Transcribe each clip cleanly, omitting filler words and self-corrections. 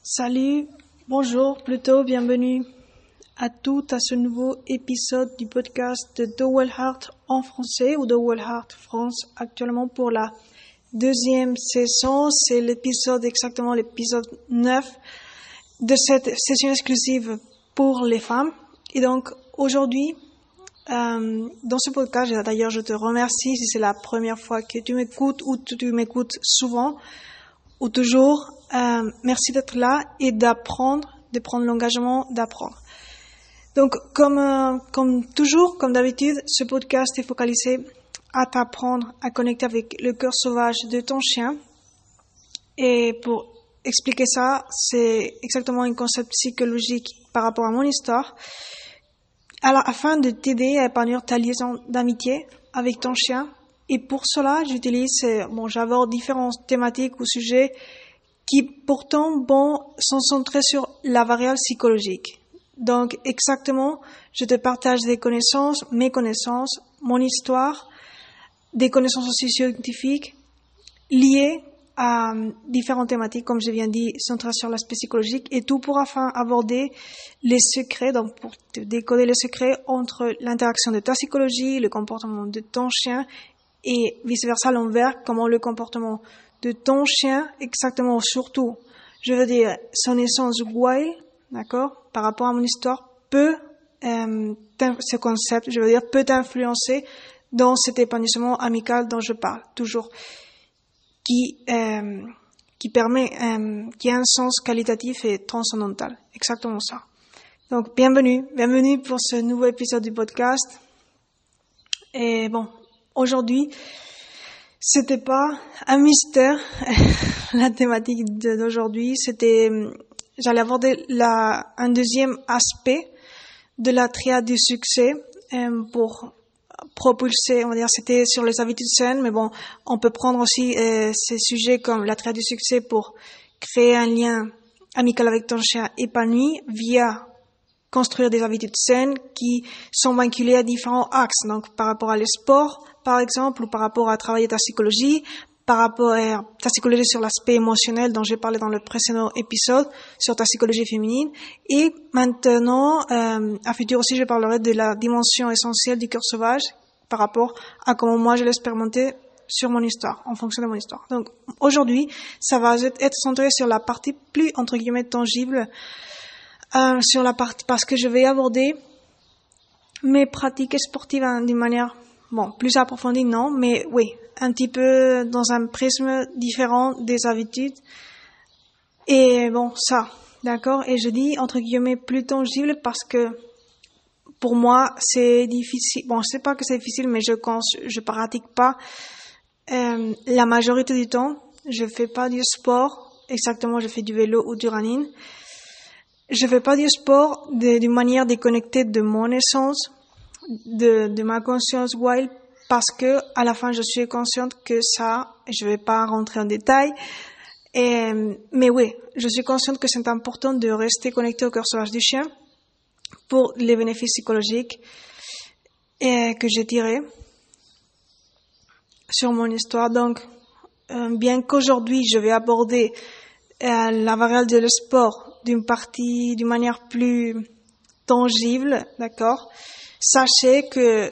Salut, bonjour, plutôt bienvenue à toutes à ce nouveau épisode du podcast de The Well Heart en français ou The Well Heart France actuellement pour la deuxième saison. C'est exactement l'épisode 9 de cette session exclusive pour les femmes. Et donc aujourd'hui, dans ce podcast, d'ailleurs je te remercie si c'est la première fois que tu m'écoutes ou tu m'écoutes souvent ou toujours. Merci d'être là et de prendre l'engagement d'apprendre. Donc, comme toujours, comme d'habitude, ce podcast est focalisé à t'apprendre à connecter avec le cœur sauvage de ton chien. Et pour expliquer ça, c'est exactement un concept psychologique par rapport à mon histoire. Alors, afin de t'aider à épanouir ta liaison d'amitié avec ton chien. Et pour cela, j'aborde différentes thématiques ou sujets qui pourtant, sont centrés sur la variable psychologique. Donc, exactement, je te partage des connaissances, mes connaissances, mon histoire, des connaissances aussi scientifiques liées à différentes thématiques, comme je viens de dire, centrées sur l'aspect psychologique, et tout pour enfin aborder les secrets, donc pour te décoder les secrets entre l'interaction de ta psychologie, le comportement de ton chien, et vice-versa, l'envers, comment le comportement de ton chien, exactement, surtout, je veux dire, son essence wild, d'accord, par rapport à mon histoire, ce concept, je veux dire, peut t'influencer dans cet épanouissement amical dont je parle, toujours, qui permet, qui a un sens qualitatif et transcendantal, exactement ça. Donc, bienvenue pour ce nouveau épisode du podcast. Et aujourd'hui, c'était pas un mystère, la thématique d'aujourd'hui. J'allais aborder un deuxième aspect de la triade du succès, pour propulser, on va dire, c'était sur les habitudes saines, mais on peut prendre aussi, ces sujets comme la triade du succès pour créer un lien amical avec ton chien épanoui via construire des habitudes saines qui sont vinculées à différents axes. Donc, par rapport à le sport, par exemple, ou par rapport à travailler ta psychologie, par rapport à ta psychologie sur l'aspect émotionnel dont j'ai parlé dans le précédent épisode, sur ta psychologie féminine. Et maintenant, à futur aussi, je parlerai de la dimension essentielle du cœur sauvage par rapport à comment moi je l'ai expérimenté sur mon histoire, en fonction de mon histoire. Donc, aujourd'hui, ça va être centré sur la partie plus, entre guillemets, tangible, parce que je vais aborder mes pratiques sportives d'une manière, plus approfondie, non, mais oui, un petit peu dans un prisme différent des habitudes. Et ça, d'accord, et je dis, entre guillemets, plus tangible parce que, pour moi, c'est difficile. Je sais pas que c'est difficile, mais je pratique pas, la majorité du temps. Je fais pas du sport. Exactement, je fais du vélo ou du running. Je fais pas du sport d'une manière déconnectée de mon essence, de ma conscience wild, parce que, à la fin, je suis consciente que ça, je vais pas rentrer en détail, mais oui, je suis consciente que c'est important de rester connecté au cœur sauvage du chien pour les bénéfices psychologiques que j'ai tirés sur mon histoire. Donc, bien qu'aujourd'hui, je vais aborder la variable de le sport d'une manière plus tangible, d'accord? Sachez que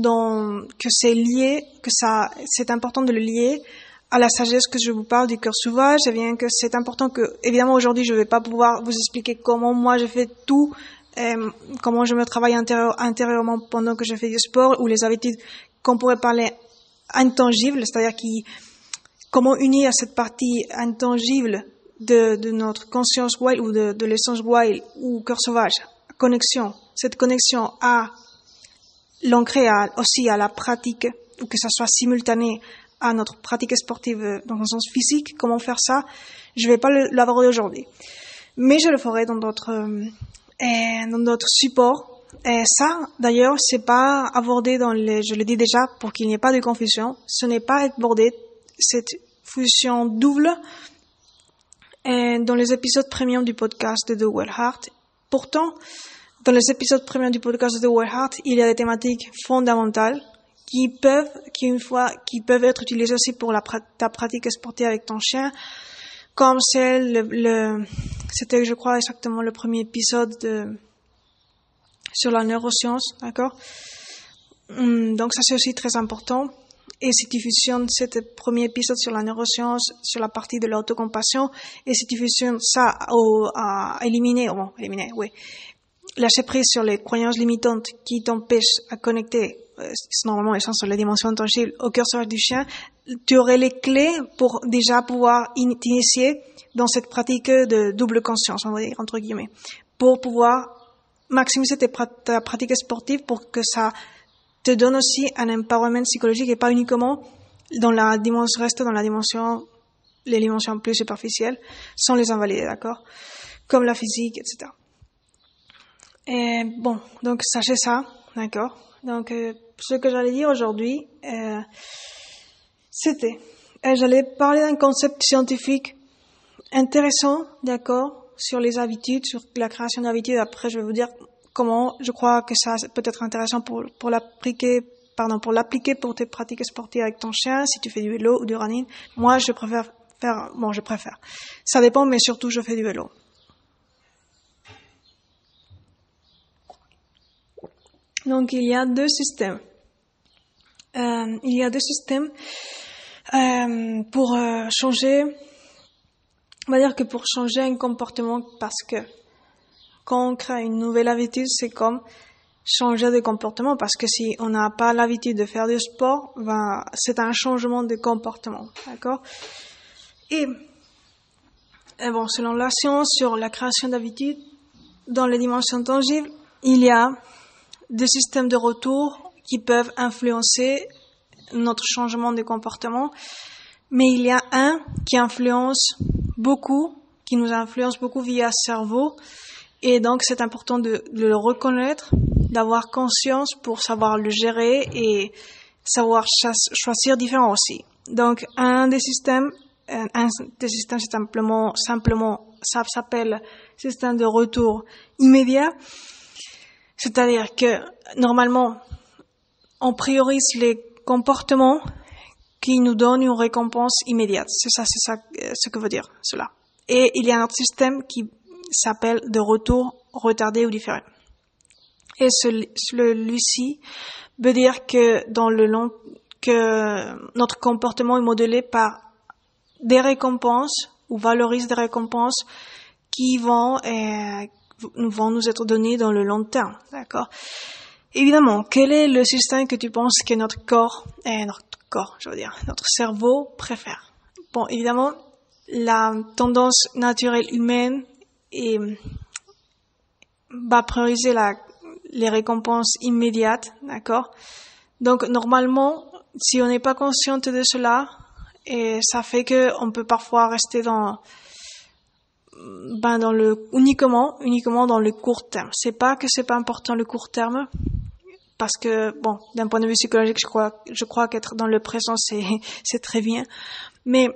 c'est important de le lier à la sagesse que je vous parle du cœur sauvage, et bien que c'est important que, évidemment, aujourd'hui, je vais pas pouvoir vous expliquer comment moi je fais tout, comment je me travaille intérieurement pendant que je fais du sport, ou les habitudes qu'on pourrait parler intangibles, c'est-à-dire comment unir cette partie intangible de notre conscience wild ou de l'essence wild ou cœur sauvage, cette connexion à l'ancrer aussi à la pratique, ou que ça soit simultané à notre pratique sportive dans un sens physique. Comment faire ça? Je vais pas l'aborder aujourd'hui, mais je le ferai dans d'autres supports. Et ça, d'ailleurs, c'est pas abordé je le dis déjà pour qu'il n'y ait pas de confusion, ce n'est pas abordé, cette fusion double, dans les épisodes premium du podcast de The Well Heart. Pourtant, dans les épisodes premium du podcast de The Well Heart, il y a des thématiques fondamentales qui peuvent être utilisées aussi pour ta pratique sportive avec ton chien, comme C'était, je crois, exactement le premier épisode sur la neuroscience, d'accord? Donc ça, c'est aussi très important. Et si tu fusionnes ce premier épisode sur la neuroscience, sur la partie de l'autocompassion, et si tu fusionnes ça à éliminer, oui, lâcher prise sur les croyances limitantes qui t'empêchent à connecter, normalement, elles sont sur les dimensions intangibles, au cœur sauvage du chien, tu aurais les clés pour déjà pouvoir t'initier dans cette pratique de double conscience, on va dire, entre guillemets, pour pouvoir maximiser ta pratique sportive pour que ça te donne aussi un empowerment psychologique et pas uniquement reste dans les dimensions plus superficielles, sans les invalider, d'accord? Comme la physique, etc. Et bon, donc sachez ça, d'accord? Donc, ce que j'allais dire aujourd'hui, j'allais parler d'un concept scientifique intéressant, d'accord, sur les habitudes, sur la création d'habitudes. Après, je vais vous dire comment je crois que ça peut être intéressant pour l'appliquer pour tes pratiques sportives avec ton chien, si tu fais du vélo ou du running. Moi, je préfère. Ça dépend, mais surtout, je fais du vélo. Donc, il y a deux systèmes. Pour changer. On va dire que pour changer un comportement, parce que quand on crée une nouvelle habitude, c'est comme changer de comportement, parce que si on n'a pas l'habitude de faire du sport, c'est un changement de comportement, d'accord? Et bon, selon la science sur la création d'habitudes, dans les dimensions tangibles, il y a des systèmes de retour qui peuvent influencer notre changement de comportement, mais il y a un qui nous influence beaucoup via le cerveau, et donc c'est important de le reconnaître, d'avoir conscience pour savoir le gérer et savoir choisir différent aussi. Donc un des systèmes c'est simplement ça s'appelle système de retour immédiat, c'est-à-dire que normalement on priorise les comportements qui nous donnent une récompense immédiate. C'est ça ce que veut dire cela. Et il y a un autre système qui s'appelle de retour retardé ou différé. Et celui-ci veut dire que que notre comportement est modélé par des récompenses ou valorise des récompenses qui vont nous être données dans le long terme, d'accord? Évidemment, quel est le système que tu penses que notre cerveau préfère? Bon, évidemment, la tendance naturelle humaine va prioriser les récompenses immédiates, d'accord? Donc, normalement, si on n'est pas consciente de cela, et ça fait que on peut parfois rester uniquement dans le court terme. C'est pas que c'est pas important le court terme, parce que, bon, d'un point de vue psychologique, je crois qu'être dans le présent, c'est très bien. Mais,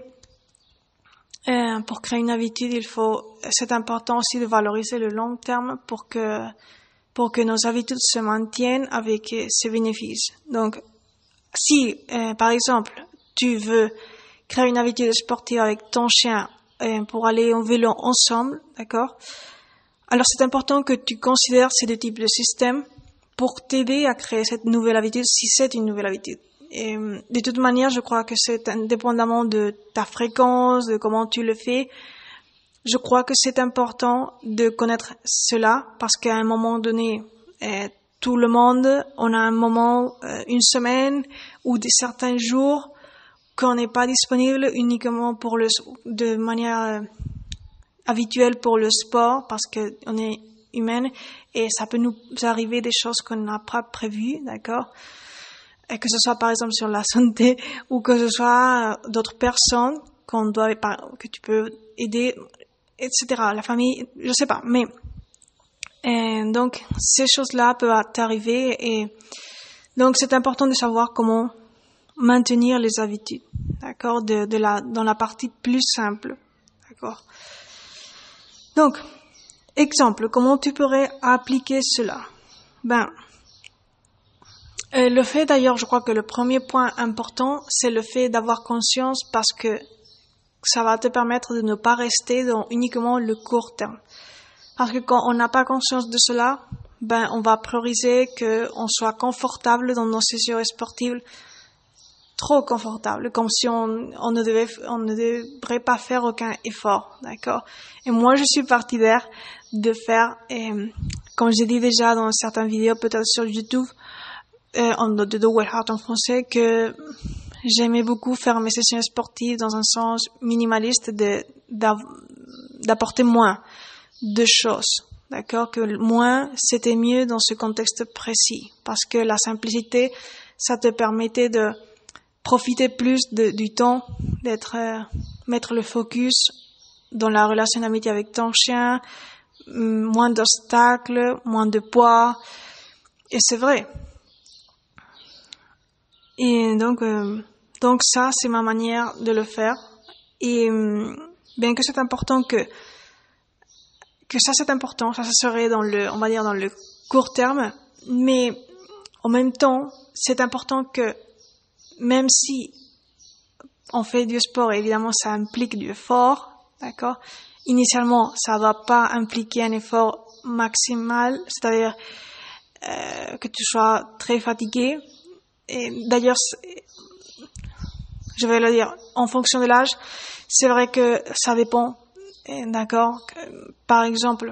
pour créer une habitude, c'est important aussi de valoriser le long terme pour que nos habitudes se maintiennent avec ses bénéfices. Donc, si, par exemple, tu veux créer une habitude sportive avec ton chien pour aller en vélo ensemble, d'accord? Alors, c'est important que tu considères ces deux types de systèmes pour t'aider à créer cette nouvelle habitude, si c'est une nouvelle habitude. Et de toute manière, je crois que c'est indépendamment de ta fréquence, de comment tu le fais. Je crois que c'est important de connaître cela, parce qu'à un moment donné, tout le monde, on a un moment, une semaine ou certains jours qu'on n'est pas disponible uniquement de manière habituelle pour le sport, parce que on est humaine et ça peut nous arriver des choses qu'on n'a pas prévues, d'accord? Et que ce soit par exemple sur la santé ou que ce soit d'autres personnes que tu peux aider, etc. La famille, je sais pas, mais donc ces choses-là peuvent t'arriver, et donc c'est important de savoir comment maintenir les habitudes, d'accord, dans la partie plus simple, d'accord. Donc, exemple, comment tu pourrais appliquer cela? Le fait, d'ailleurs, je crois que le premier point important, c'est le fait d'avoir conscience, parce que ça va te permettre de ne pas rester dans uniquement le court terme. Parce que quand on n'a pas conscience de cela, on va prioriser qu'on soit confortable dans nos sessions sportives, trop confortable, comme si on ne devrait pas faire aucun effort, d'accord? Et moi, je suis partidaire de faire, comme j'ai dit déjà dans certaines vidéos, peut-être sur YouTube, de Double Heart en français, que j'aimais beaucoup faire mes sessions sportives dans un sens minimaliste d'apporter moins de choses. D'accord? Que moins, c'était mieux dans ce contexte précis. Parce que la simplicité, ça te permettait de profiter plus du temps, mettre le focus dans la relation d'amitié avec ton chien, moins d'obstacles, moins de poids. Et c'est vrai. Et donc ça, c'est ma manière de le faire. Et bien que c'est important que ça c'est important, ça serait dans le court terme, mais en même temps, c'est important que même si on fait du sport, évidemment ça implique du effort, d'accord? Initialement, ça va pas impliquer un effort maximal, c'est-à-dire que tu sois très fatigué. Et d'ailleurs, je vais le dire, en fonction de l'âge, c'est vrai que ça dépend. D'accord. Par exemple,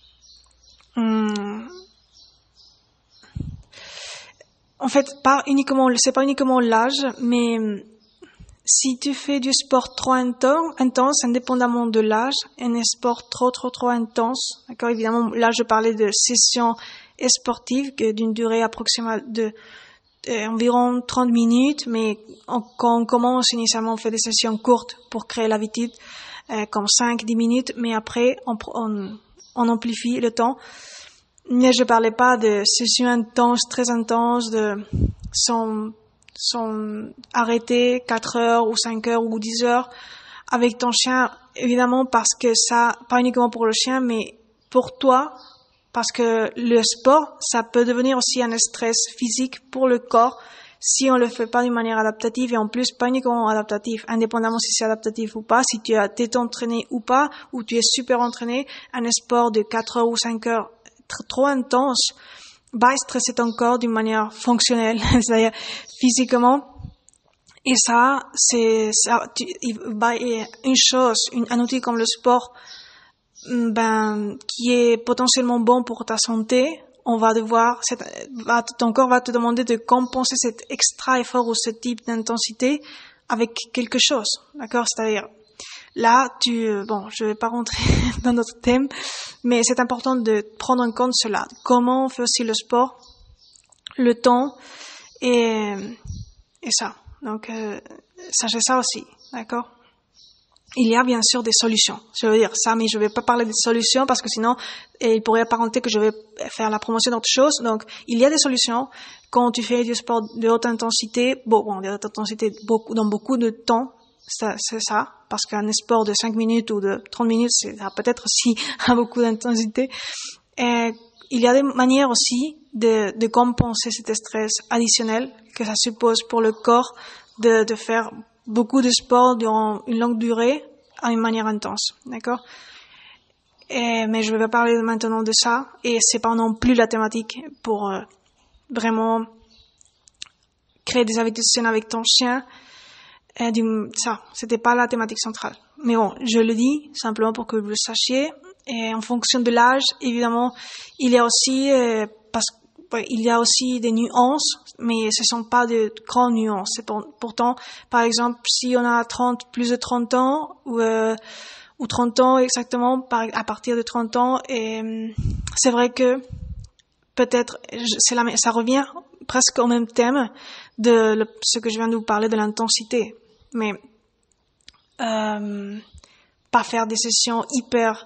en fait, c'est pas uniquement l'âge, mais si tu fais du sport trop intense, indépendamment de l'âge, un sport trop intense, d'accord. Évidemment, là, je parlais de sessions sportives d'une durée approximative de environ 30 minutes, mais quand on commence initialement, on fait des sessions courtes pour créer l'habitude. Comme 5-10 minutes, mais après, on amplifie le temps. Mais je parlais pas de sessions intenses, très intenses, sans arrêter 4 heures ou 5 heures ou 10 heures avec ton chien, évidemment, parce que ça, pas uniquement pour le chien, mais pour toi, parce que le sport, ça peut devenir aussi un stress physique pour le corps, si on le fait pas d'une manière adaptative, et en plus pas uniquement adaptatif, indépendamment si c'est adaptatif ou pas, si tu as été entraîné ou pas, ou tu es super entraîné, un sport de 4 heures ou 5 heures trop intense va stresser ton corps d'une manière fonctionnelle, c'est-à-dire physiquement. Et ça, une chose, un outil comme le sport, qui est potentiellement bon pour ta santé, ton corps va te demander de compenser cet extra effort ou ce type d'intensité avec quelque chose, d'accord? C'est-à-dire, là, je vais pas rentrer dans notre thème, mais c'est important de prendre en compte cela. Comment on fait aussi le sport, le temps, et ça. Donc, sachez ça aussi, d'accord? Il y a bien sûr des solutions. Je veux dire ça, mais je vais pas parler des solutions parce que sinon, il pourrait apparenter que je vais faire la promotion d'autre chose. Donc, il y a des solutions quand tu fais du sport de haute intensité, de haute intensité dans beaucoup de temps, c'est ça, parce qu'un sport de 5 minutes ou de 30 minutes, ça peut-être aussi à beaucoup d'intensité. Et il y a des manières aussi de compenser cet stress additionnel que ça suppose pour le corps de faire beaucoup de sport durant une longue durée à une manière intense, d'accord? Mais je vais pas parler maintenant de ça, et c'est pas non plus la thématique pour vraiment créer des habitudes saines avec ton chien. Ça, c'était pas la thématique centrale. Mais bon, je le dis simplement pour que vous le sachiez. Et en fonction de l'âge, évidemment, il y a aussi il y a aussi des nuances, mais ce sont pas de grandes nuances. Pourtant, par exemple, si on a plus de 30 ans, ou 30 ans exactement, à partir de 30 ans, et c'est vrai que peut-être, ça revient presque au même thème de ce que je viens de vous parler de l'intensité. Mais, pas faire des sessions hyper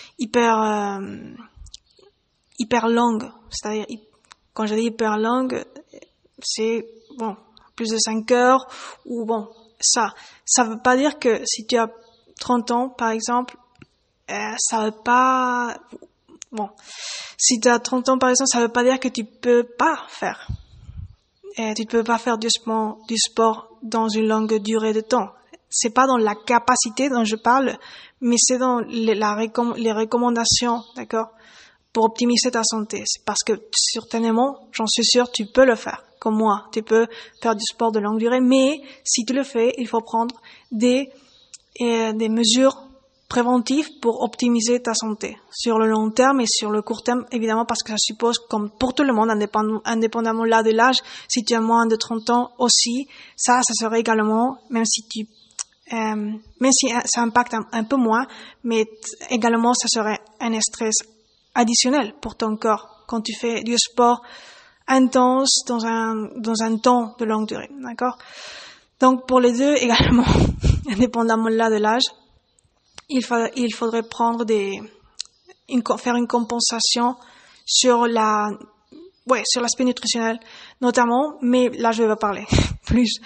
longues. C'est-à-dire, quand je dis hyper longue, c'est, plus de 5 heures, ou ça veut pas dire que si tu as 30 ans, par exemple, ça veut pas, si tu as 30 ans, par exemple, ça veut pas dire que tu peux pas faire. Tu peux pas faire du sport dans une longue durée de temps. c'est pas dans la capacité dont je parle, mais c'est dans les recommandations, d'accord, pour optimiser ta santé. C'est parce que certainement, j'en suis sûre, tu peux le faire, comme moi. Tu peux faire du sport de longue durée, mais si tu le fais, il faut prendre des mesures préventives pour optimiser ta santé sur le long terme et sur le court terme, évidemment, parce que ça suppose, comme pour tout le monde, indépendamment là de l'âge, si tu as moins de 30 ans aussi, ça serait également, même si ça impacte un peu moins, mais également ça serait un stress additionnel pour ton corps quand tu fais du sport intense dans un temps de longue durée, d'accord? Donc pour les deux également, indépendamment là de l'âge, il faudrait prendre faire une compensation sur sur l'aspect nutritionnel notamment, mais là je vais pas parler plus,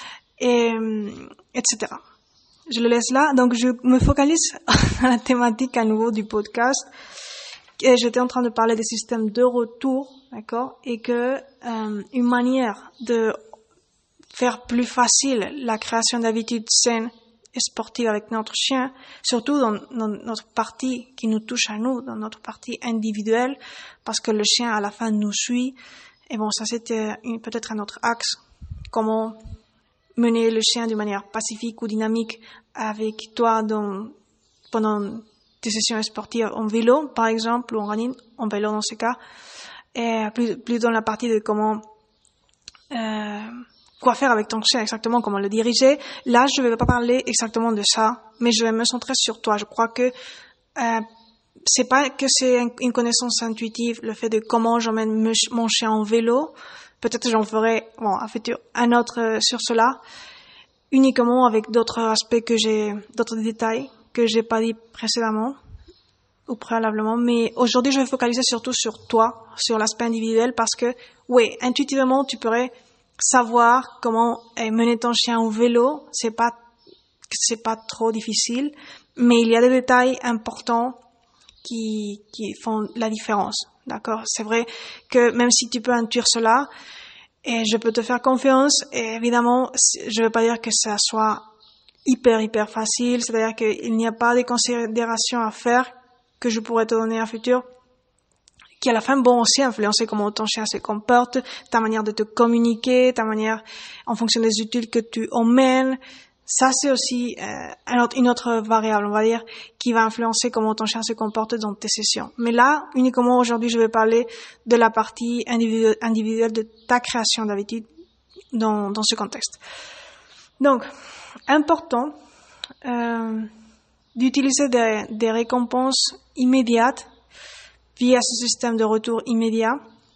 etc. Je le laisse là. Donc je me focalise à la thématique à nouveau du podcast. Et j'étais en train de parler des systèmes de retour, d'accord, et que une manière de faire plus facile la création d'habitudes saines et sportives avec notre chien, surtout dans notre partie qui nous touche à nous, dans notre partie individuelle, parce que le chien à la fin nous suit. Et bon, ça c'était peut-être un autre axe, comment mener le chien de manière pacifique ou dynamique avec toi pendant des sessions sportives en vélo, par exemple, ou en running, en vélo dans ce cas, et plus dans la partie de comment quoi faire avec ton chien exactement, comment le diriger. Là, je ne vais pas parler exactement de ça, mais je vais me centrer sur toi. Je crois que c'est pas que c'est une connaissance intuitive, le fait de comment j'emmène mon chien en vélo. Peut-être j'en ferai en futur un autre sur cela, uniquement avec d'autres aspects d'autres détails que j'ai pas dit précédemment ou préalablement. Mais aujourd'hui, je vais focaliser surtout sur toi, sur l'aspect individuel, parce que oui, intuitivement, tu pourrais savoir comment mener ton chien au vélo. C'est pas trop difficile, mais il y a des détails importants qui font la différence, d'accord? C'est vrai que même si tu peux intuire cela, et je peux te faire confiance, et évidemment, je veux pas dire que ça soit hyper facile, c'est-à-dire qu'il n'y a pas de considérations à faire que je pourrais te donner à futur, qui à la fin vont aussi influencer comment ton chien se comporte, ta manière de te communiquer, ta manière en fonction des études que tu emmènes. Ça, c'est aussi une autre variable, on va dire, qui va influencer comment ton chien se comporte dans tes sessions. Mais là, uniquement aujourd'hui, je vais parler de la partie individuelle de ta création d'habitude dans ce contexte. Donc, important d'utiliser des récompenses immédiates via ce système de retour immédiat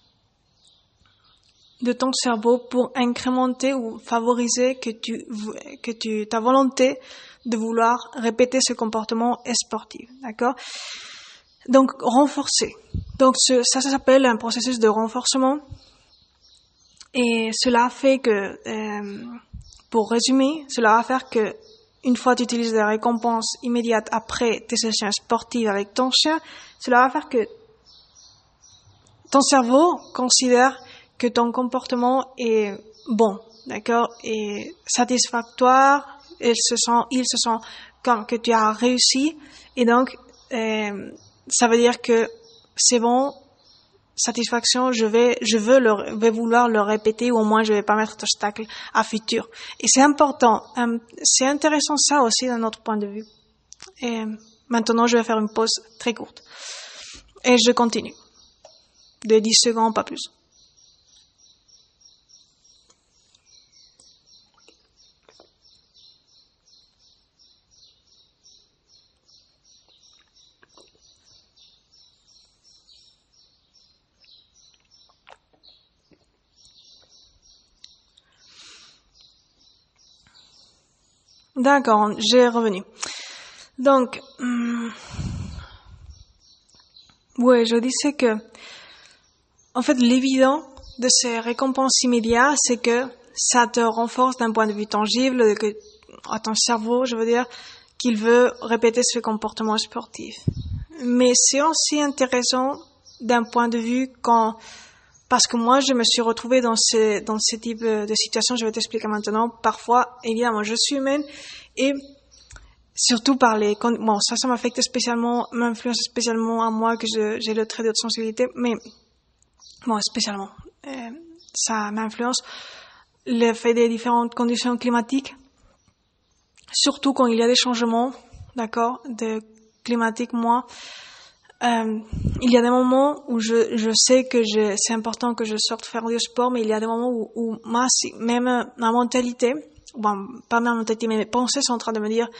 de ton cerveau pour incrémenter ou favoriser ta volonté de vouloir répéter ce comportement sportif, d'accord? Donc, renforcer. Donc, ça s'appelle un processus de renforcement. Et cela fait que, pour résumer, cela va faire que une fois que tu utilises des récompenses immédiates après tes sessions sportives avec ton chien, cela va faire que ton cerveau considère que ton comportement est bon, d'accord, et satisfactoire, il se sent comme que tu as réussi, et donc ça veut dire que c'est bon, satisfaction, je vais vouloir le répéter, ou au moins je vais pas mettre d'obstacle à futur. Et c'est important, c'est intéressant ça aussi d'un autre point de vue. Et maintenant je vais faire une pause très courte et je continue de 10 secondes, pas plus. D'accord, j'ai revenu. Donc, je disais que, en fait, l'évident de ces récompenses immédiates, c'est que ça te renforce d'un point de vue tangible, à ton cerveau, je veux dire, qu'il veut répéter ce comportement sportif. Mais c'est aussi intéressant d'un point de vue parce que moi, je me suis retrouvée dans ce type de situation, je vais t'expliquer maintenant. Parfois, évidemment, je suis humaine Et surtout ça m'affecte spécialement, m'influence spécialement à moi que j'ai le trait de haute sensibilité, mais spécialement, ça m'influence le fait des différentes conditions climatiques, surtout quand il y a des changements, d'accord, climatiques. Moi, il y a des moments où je sais que c'est important que je sorte faire du sport, mais il y a des moments où même ma mentalité, pas ma mentalité, mais mes pensées sont en train de me dire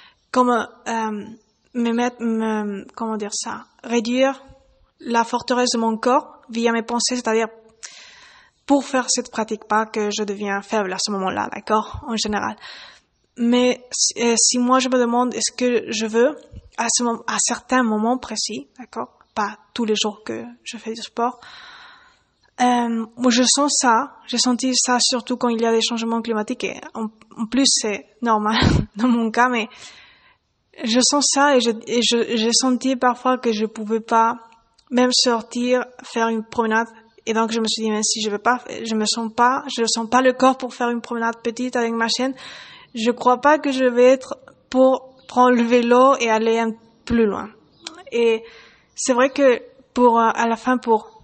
réduire la forteresse de mon corps via mes pensées, c'est-à-dire pour faire cette pratique, pas que je deviens faible à ce moment-là, d'accord, en général. Mais si moi je me demande est-ce que je veux à certains moments précis, d'accord, pas tous les jours que je fais du sport, moi j'ai senti ça surtout quand il y a des changements climatiques et en plus c'est normal dans mon cas, mais je sens ça et j'ai senti parfois que je pouvais pas même sortir faire une promenade. Et donc, je me suis dit, même si je sens pas le corps pour faire une promenade petite avec ma chienne, je crois pas que je vais être pour prendre le vélo et aller un peu plus loin. Et c'est vrai que à la fin, pour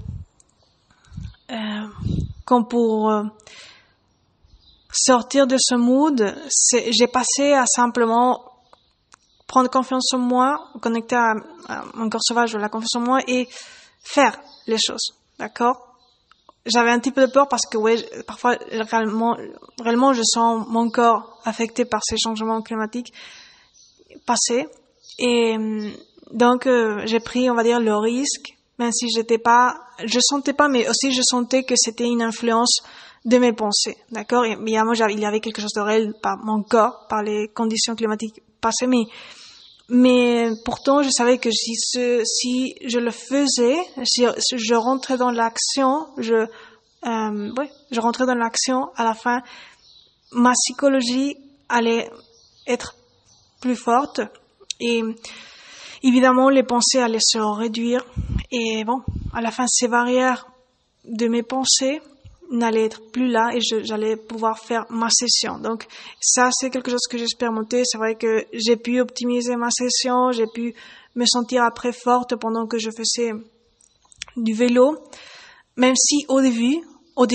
sortir de ce mood, j'ai passé à simplement prendre confiance en moi, connecter à mon corps sauvage, la confiance en moi et faire les choses. D'accord? J'avais un petit peu de peur parce que parfois réellement je sens mon corps affecté par ces changements climatiques passés et donc j'ai pris on va dire le risque, même si je sentais pas, mais aussi je sentais que c'était une influence de mes pensées, d'accord. Et évidemment il y avait quelque chose de réel par mon corps, par les conditions climatiques passées, mais pourtant, je savais que si je le faisais, si je rentrais dans l'action, je rentrais dans l'action, à la fin, ma psychologie allait être plus forte et évidemment, les pensées allaient se réduire et à la fin, ces barrières de mes pensées n'allaient être plus là et j'allais pouvoir faire ma session. Donc ça, c'est quelque chose que j'ai expérimenté. C'est vrai que j'ai pu optimiser ma session, j'ai pu me sentir après forte pendant que je faisais du vélo, même si au début,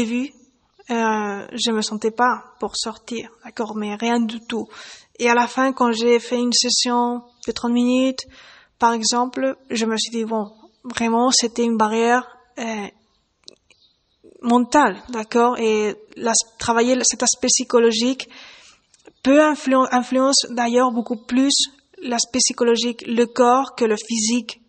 je me sentais pas pour sortir, d'accord, mais rien du tout. Et à la fin, quand j'ai fait une session de 30 minutes, par exemple, je me suis dit, vraiment, c'était une barrière mentale, d'accord, et travailler cet aspect psychologique peut influence d'ailleurs beaucoup plus l'aspect psychologique, le corps, que le physique,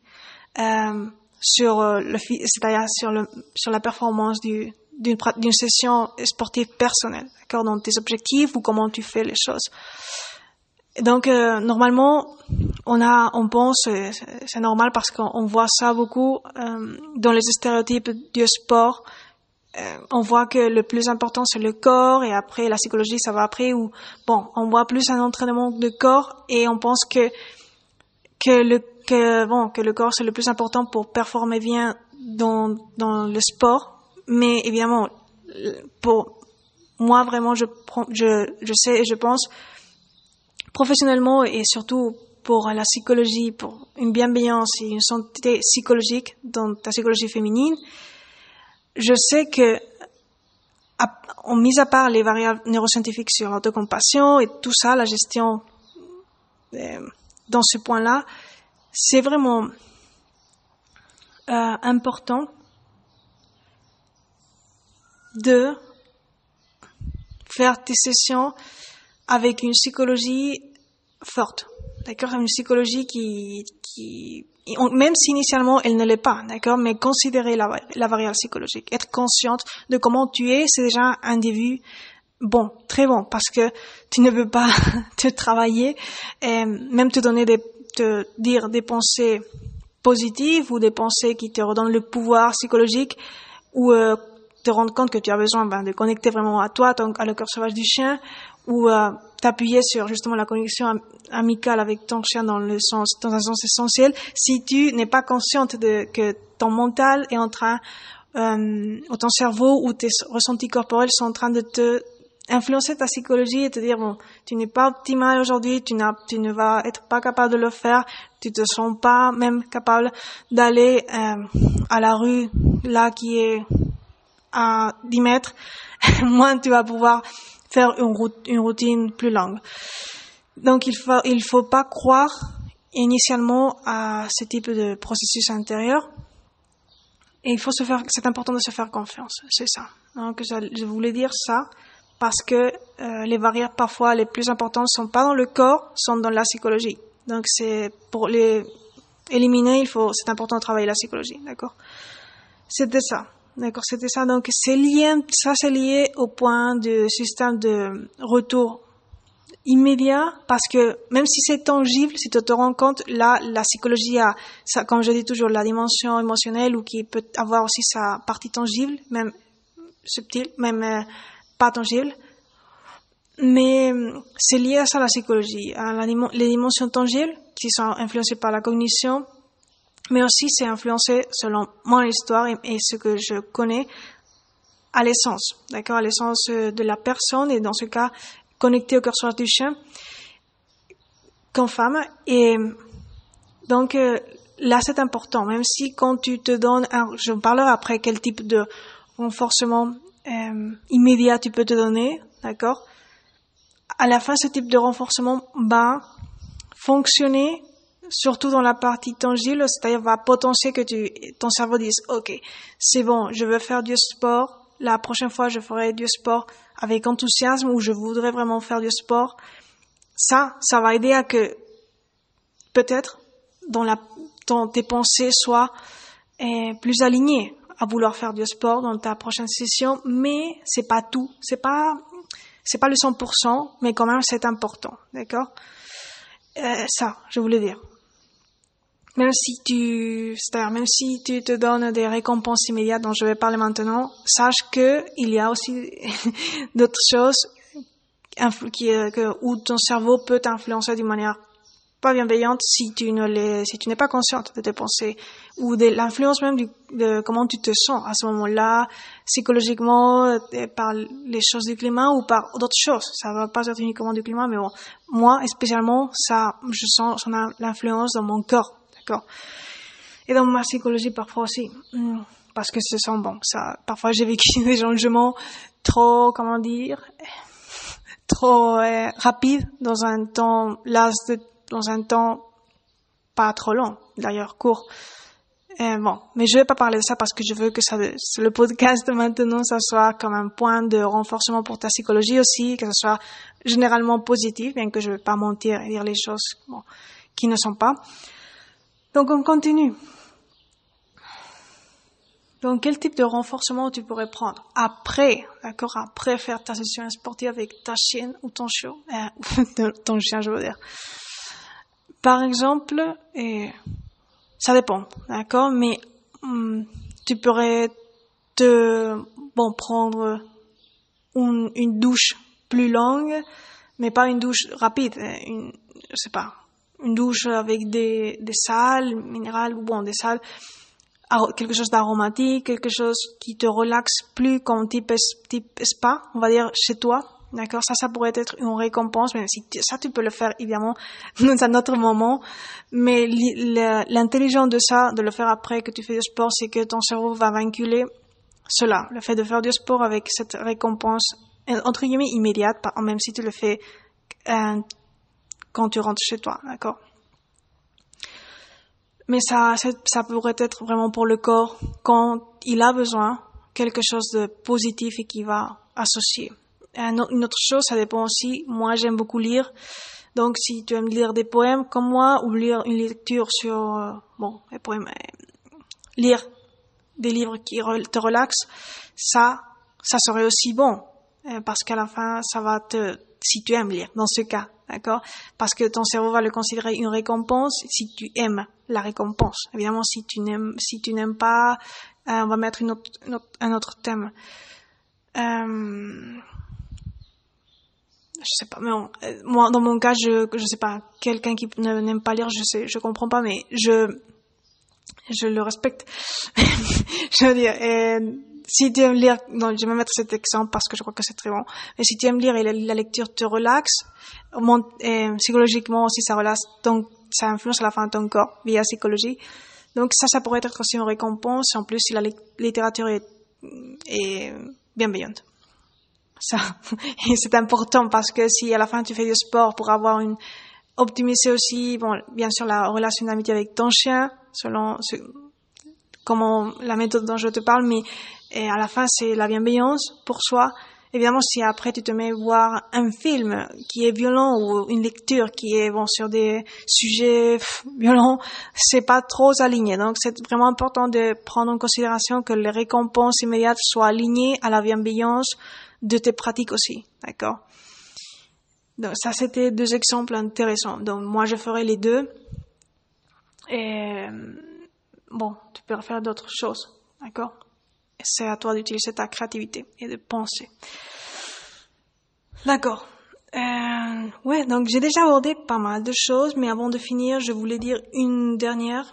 c'est-à-dire sur la performance d'une session sportive personnelle, d'accord, dans tes objectifs ou comment tu fais les choses. Et donc normalement on pense c'est normal parce qu'on voit ça beaucoup dans les stéréotypes du sport. On voit que le plus important c'est le corps et après la psychologie ça va après, ou on voit plus un entraînement de corps et on pense que le corps c'est le plus important pour performer bien dans le sport. Mais évidemment pour moi vraiment je sais et je pense professionnellement et surtout pour la psychologie, pour une bienveillance et une santé psychologique dans ta psychologie féminine, je sais que, mis à part les variables neuroscientifiques sur l'autocompassion et tout ça, la gestion dans ce point-là, c'est vraiment important de faire tes sessions avec une psychologie forte, d'accord, une psychologie qui même si initialement elle ne l'est pas, d'accord, mais considérer la variable psychologique, être consciente de comment tu es, c'est déjà un début très bon, parce que tu ne peux pas te travailler et même te dire des pensées positives ou des pensées qui te redonnent le pouvoir psychologique ou te rendre compte que tu as besoin de connecter vraiment à toi, à le cœur sauvage du chien, ou t'appuyer sur justement la connexion amicale avec ton chien dans un sens essentiel. Si tu n'es pas consciente que ton mental est en train, ou ton cerveau ou tes ressentis corporels sont en train de te influencer ta psychologie et te dire, bon, tu n'es pas optimal aujourd'hui, tu ne vas être pas capable de le faire, tu te sens pas même capable d'aller à la rue, là, qui est à 10 mètres, moins tu vas pouvoir faire une routine plus longue. Donc, il faut pas croire initialement à ce type de processus intérieur. Et c'est important de se faire confiance, c'est ça. Donc, je voulais dire ça parce que les barrières parfois les plus importantes sont pas dans le corps, sont dans la psychologie. Donc, c'est pour les éliminer, c'est important de travailler la psychologie, d'accord? C'était ça. D'accord, c'était ça. Donc, c'est lié au point du système de retour immédiat, parce que même si c'est tangible, si tu te rends compte, là, la psychologie a, ça, comme je dis toujours, la dimension émotionnelle ou qui peut avoir aussi sa partie tangible, même subtile, même pas tangible. Mais c'est lié à ça, la psychologie, à les dimensions tangibles qui sont influencées par la cognition, mais aussi c'est influencé, selon mon histoire et ce que je connais, à l'essence, d'accord, à l'essence de la personne, et dans ce cas, connecté au curseur du chien, comme femme. Et donc, là, c'est important, même si quand tu te donnes, je parlerai après quel type de renforcement immédiat tu peux te donner, d'accord, à la fin, ce type de renforcement va fonctionner surtout dans la partie tangible, c'est-à-dire va potentier que ton cerveau dise, OK, c'est bon, je veux faire du sport, la prochaine fois je ferai du sport avec enthousiasme, ou je voudrais vraiment faire du sport. Ça va aider à que peut-être dans tes pensées soient plus alignées à vouloir faire du sport dans ta prochaine session, mais c'est pas tout, c'est pas le 100%, mais quand même c'est important, d'accord? Ça, je voulais dire. Même si tu te donnes des récompenses immédiates dont je vais parler maintenant, sache que il y a aussi d'autres choses où ton cerveau peut t'influencer d'une manière pas bienveillante si tu n'es pas consciente de tes pensées, ou de l'influence même de comment tu te sens à ce moment-là, psychologiquement, par les choses du climat ou par d'autres choses. Ça va pas être uniquement du climat, mais bon, moi, spécialement, je sens l'influence dans mon corps. D'accord. Et dans ma psychologie parfois aussi, parce que ce sont parfois j'ai vécu des changements trop rapides dans un temps pas trop long, d'ailleurs court. Mais je vais pas parler de ça parce que je veux que le podcast maintenant, ça soit comme un point de renforcement pour ta psychologie aussi, que ce soit généralement positif, bien que je vais pas mentir et dire les choses qui ne sont pas. Donc, on continue. Donc, quel type de renforcement tu pourrais prendre après faire ta session sportive avec ta chienne ou ton chien, ton chien, je veux dire. Par exemple, ça dépend, d'accord, mais tu pourrais prendre une douche plus longue, mais pas une douche rapide, une douche avec des sals minérales, des sals, quelque chose d'aromatique, quelque chose qui te relaxe plus comme type spa, on va dire, chez toi. D'accord? Ça pourrait être une récompense, même si ça tu peux le faire évidemment dans un autre moment. Mais l'intelligence de ça, de le faire après que tu fais du sport, c'est que ton cerveau va vinculer cela, le fait de faire du sport avec cette récompense, entre guillemets, immédiate, même si tu le fais quand tu rentres chez toi, d'accord? Mais ça pourrait être vraiment pour le corps quand il a besoin quelque chose de positif et qui va associer. Une autre chose, ça dépend aussi. Moi, j'aime beaucoup lire. Donc, si tu aimes lire des poèmes comme moi, ou lire une lecture sur, les poèmes, lire des livres qui te relaxent, ça serait aussi bon. Parce qu'à la fin, si tu aimes lire, dans ce cas, d'accord? Parce que ton cerveau va le considérer une récompense si tu aimes la récompense. Évidemment, si tu n'aimes pas, on va mettre un autre thème. Je sais pas, mais moi, dans mon cas, je sais pas, quelqu'un qui n'aime pas lire, je comprends pas, mais je le respecte. Je veux dire, si tu aimes lire, non, je vais mettre cet exemple parce que je crois que c'est très bon. Mais si tu aimes lire et la lecture te relaxe, psychologiquement aussi ça relaxe, donc ça influence à la fin ton corps via psychologie. Donc ça pourrait être aussi une récompense. En plus, si la littérature est bienveillante. Ça, et c'est important parce que si à la fin tu fais du sport pour avoir optimiser aussi, bon, bien sûr la relation d'amitié avec ton chien, selon comment la méthode dont je te parle, mais à la fin c'est la bienveillance pour soi. Évidemment, si après tu te mets à voir un film qui est violent ou une lecture qui est sur des sujets violents, c'est pas trop aligné. Donc c'est vraiment important de prendre en considération que les récompenses immédiates soient alignées à la bienveillance de tes pratiques aussi, d'accord? Donc ça c'était 2 exemples intéressants. Donc moi je ferai les 2. Et bon, tu peux faire d'autres choses, d'accord? C'est à toi d'utiliser ta créativité et de penser. D'accord. Ouais, donc j'ai déjà abordé pas mal de choses, mais avant de finir, je voulais dire une dernière.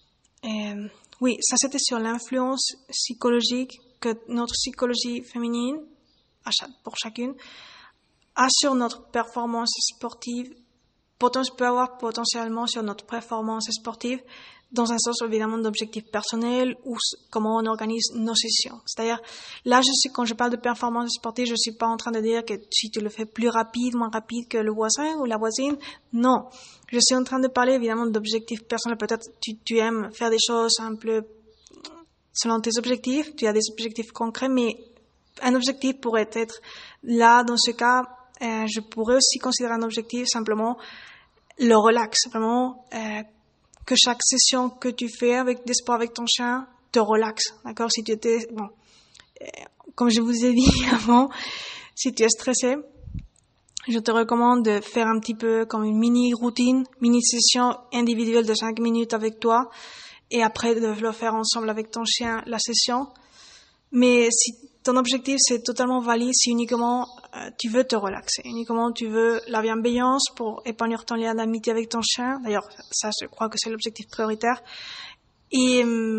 Oui, ça c'était sur l'influence psychologique que notre psychologie féminine, pour chacune, a sur notre performance sportive, peut avoir potentiellement sur notre performance sportive, dans un sens évidemment d'objectifs personnels ou comment on organise nos sessions. C'est-à-dire, là, quand je parle de performance sportive, je suis pas en train de dire que si tu le fais plus rapide, moins rapide que le voisin ou la voisine. Non. Je suis en train de parler évidemment d'objectifs personnels. Peut-être tu aimes faire des choses un peu selon tes objectifs. Tu as des objectifs concrets, mais un objectif pourrait être là, dans ce cas, je pourrais aussi considérer un objectif simplement le relax, vraiment, que chaque session que tu fais avec des sports avec ton chien te relaxe, d'accord? Si tu étais, comme je vous ai dit avant, si tu es stressé, je te recommande de faire un petit peu comme une mini session individuelle de 5 minutes avec toi, et après de le faire ensemble avec ton chien, la session. Mais si ton objectif c'est totalement valide, si uniquement tu veux te relaxer, uniquement tu veux la bienveillance pour épanouir ton lien d'amitié avec ton chien, d'ailleurs ça je crois que c'est l'objectif prioritaire, et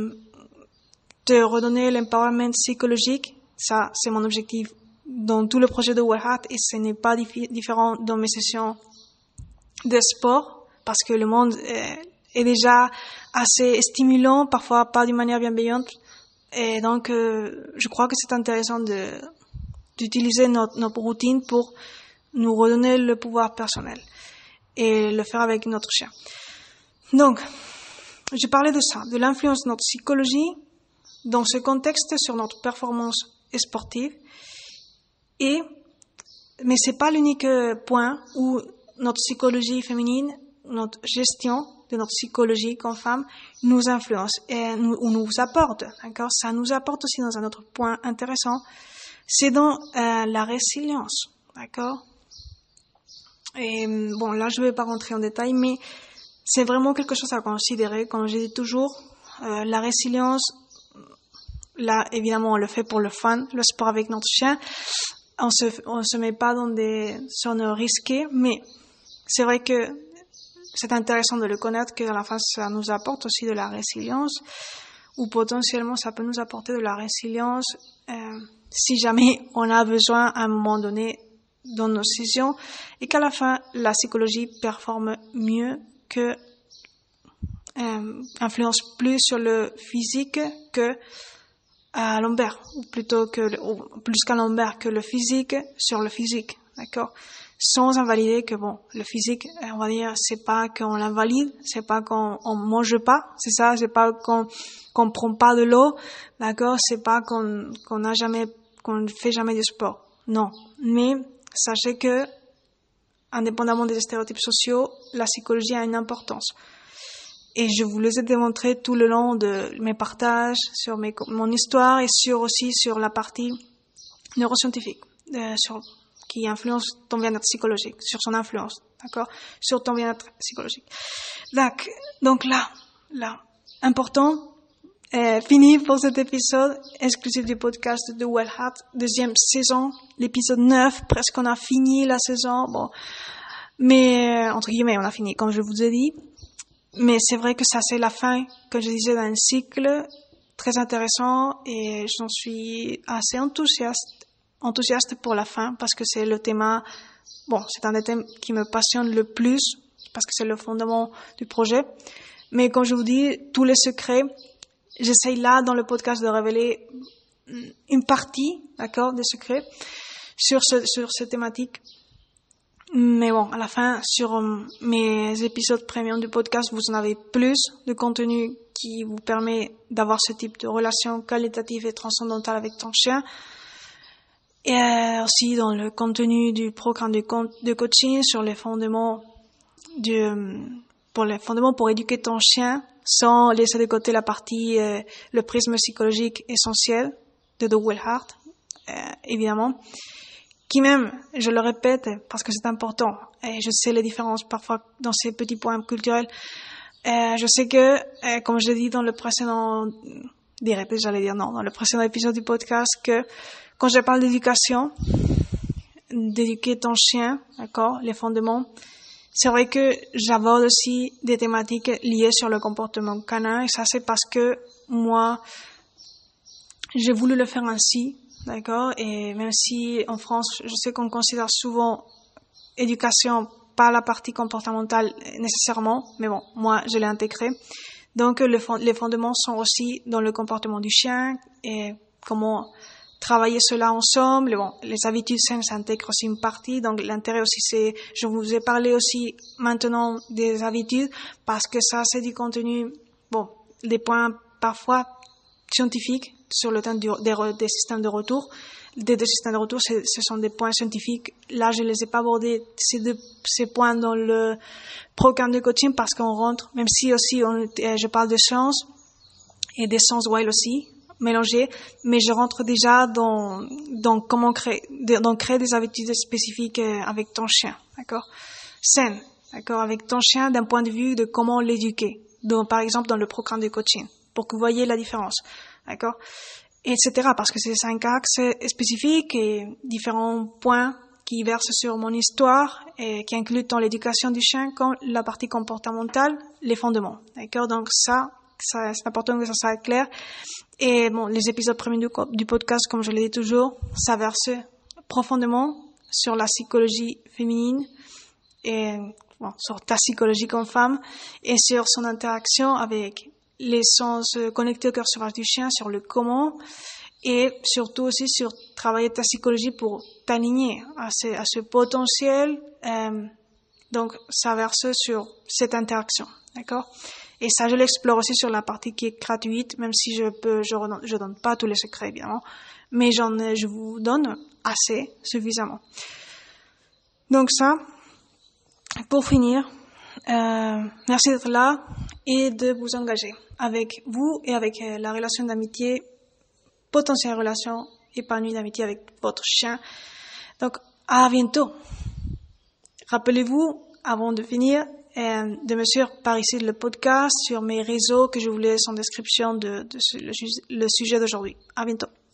te redonner l'empowerment psychologique, ça c'est mon objectif dans tout le projet de Well Heart, et ce n'est pas différent dans mes sessions de sport, parce que le monde est déjà assez stimulant, parfois pas d'une manière bienveillante. Et donc, je crois que c'est intéressant d'utiliser notre routine pour nous redonner le pouvoir personnel et le faire avec notre chien. Donc, je parlais de ça, de l'influence de notre psychologie dans ce contexte sur notre performance sportive. Mais c'est pas l'unique point où notre psychologie féminine, notre gestion de notre psychologie comme femme nous influence ou nous apporte, d'accord? Ça nous apporte aussi dans un autre point intéressant, c'est dans la résilience, d'accord? Et bon, là je vais pas rentrer en détail, mais c'est vraiment quelque chose à considérer. Comme je dis toujours, la résilience, là évidemment on le fait pour le fun, le sport avec notre chien, on se met pas dans des zones risquées, mais c'est vrai que c'est intéressant de le connaître, que à la fin ça nous apporte aussi de la résilience, ou potentiellement ça peut nous apporter de la résilience si jamais on a besoin à un moment donné dans nos sessions, et qu'à la fin la psychologie performe mieux que influence plus sur le physique que à l'envers, ou plutôt plus qu'à l'envers que le physique sur le physique, d'accord? Sans invalider que bon, le physique, on va dire, c'est pas qu'on l'invalide, c'est pas qu'on mange pas, c'est ça, c'est pas qu'on prend pas de l'eau, d'accord, c'est pas qu'on fait jamais du sport. Non. Mais, sachez que, indépendamment des stéréotypes sociaux, la psychologie a une importance. Et je vous les ai démontrés tout le long de mes partages sur mon histoire et aussi sur la partie neuroscientifique, qui influence ton bien-être psychologique, sur son influence, d'accord, sur ton bien-être psychologique. Donc là, important, fini pour cet épisode exclusif du podcast de Well Heart, 2e saison, l'épisode 9, presque on a fini la saison, bon, mais entre guillemets on a fini, comme je vous ai dit, mais c'est vrai que ça c'est la fin, comme je disais, d'un cycle très intéressant et j'en suis assez enthousiaste pour la fin parce que c'est le thème, c'est un des thèmes qui me passionne le plus parce que c'est le fondement du projet. Mais comme je vous dis, tous les secrets, j'essaye là dans le podcast de révéler une partie, d'accord, des secrets sur cette thématique. Mais bon, à la fin, sur mes épisodes premium du podcast, vous en avez plus de contenu qui vous permet d'avoir ce type de relation qualitative et transcendantale avec ton chien. Et aussi dans le contenu du programme de coaching sur les fondements pour éduquer ton chien sans laisser de côté la partie, le prisme psychologique essentiel de Dogwell Heart, évidemment. Qui même, je le répète parce que c'est important, et je sais les différences parfois dans ces petits points culturels. Je sais que, comme je l'ai dit dans le précédent épisode du podcast, que quand je parle d'éduquer ton chien, d'accord, les fondements, c'est vrai que j'aborde aussi des thématiques liées sur le comportement canin, et ça c'est parce que moi, j'ai voulu le faire ainsi. D'accord, et même si en France, je sais qu'on considère souvent éducation pas la partie comportementale nécessairement, mais bon, moi je l'ai intégré. Donc les fondements sont aussi dans le comportement du chien et comment travailler cela ensemble. Et bon, les habitudes saines s'intègrent aussi une partie. Donc l'intérêt aussi c'est, je vous ai parlé aussi maintenant des habitudes parce que ça c'est du contenu, des points parfois scientifiques sur le thème des systèmes de retour. Des deux systèmes de retour, ce sont des points scientifiques. Là, je les ai pas abordés, ces points dans le programme de coaching parce qu'on rentre, même si aussi je parle de sciences et des sciences wild aussi, mélangées, mais je rentre déjà dans comment créer des habitudes spécifiques avec ton chien, d'accord? Saines, d'accord? Avec ton chien d'un point de vue de comment l'éduquer. Donc, par exemple, dans le programme de coaching, pour que vous voyez la différence. D'accord? Etc. Parce que c'est 5 axes spécifiques et différents points qui versent sur mon histoire et qui incluent tant l'éducation du chien comme la partie comportementale, les fondements. D'accord? Donc ça c'est important que ça soit clair. Et bon, les épisodes premiers du podcast, comme je l'ai dit toujours, ça verse profondément sur la psychologie féminine et sur ta psychologie comme femme et sur son interaction avec les sens connectés au cœur sauvage du chien, sur le comment, et surtout aussi sur travailler ta psychologie pour t'aligner à ce potentiel. Donc, ça verse sur cette interaction, d'accord? Et ça, je l'explore aussi sur la partie qui est gratuite, même si je donne pas tous les secrets, évidemment, mais je vous donne assez, suffisamment. Donc ça, pour finir, merci d'être là et de vous engager avec vous et avec la relation d'amitié, potentielle relation épanouie d'amitié avec votre chien. Donc, à bientôt. Rappelez-vous, avant de finir, de me suivre par ici le podcast sur mes réseaux que je vous laisse en description le sujet d'aujourd'hui. À bientôt.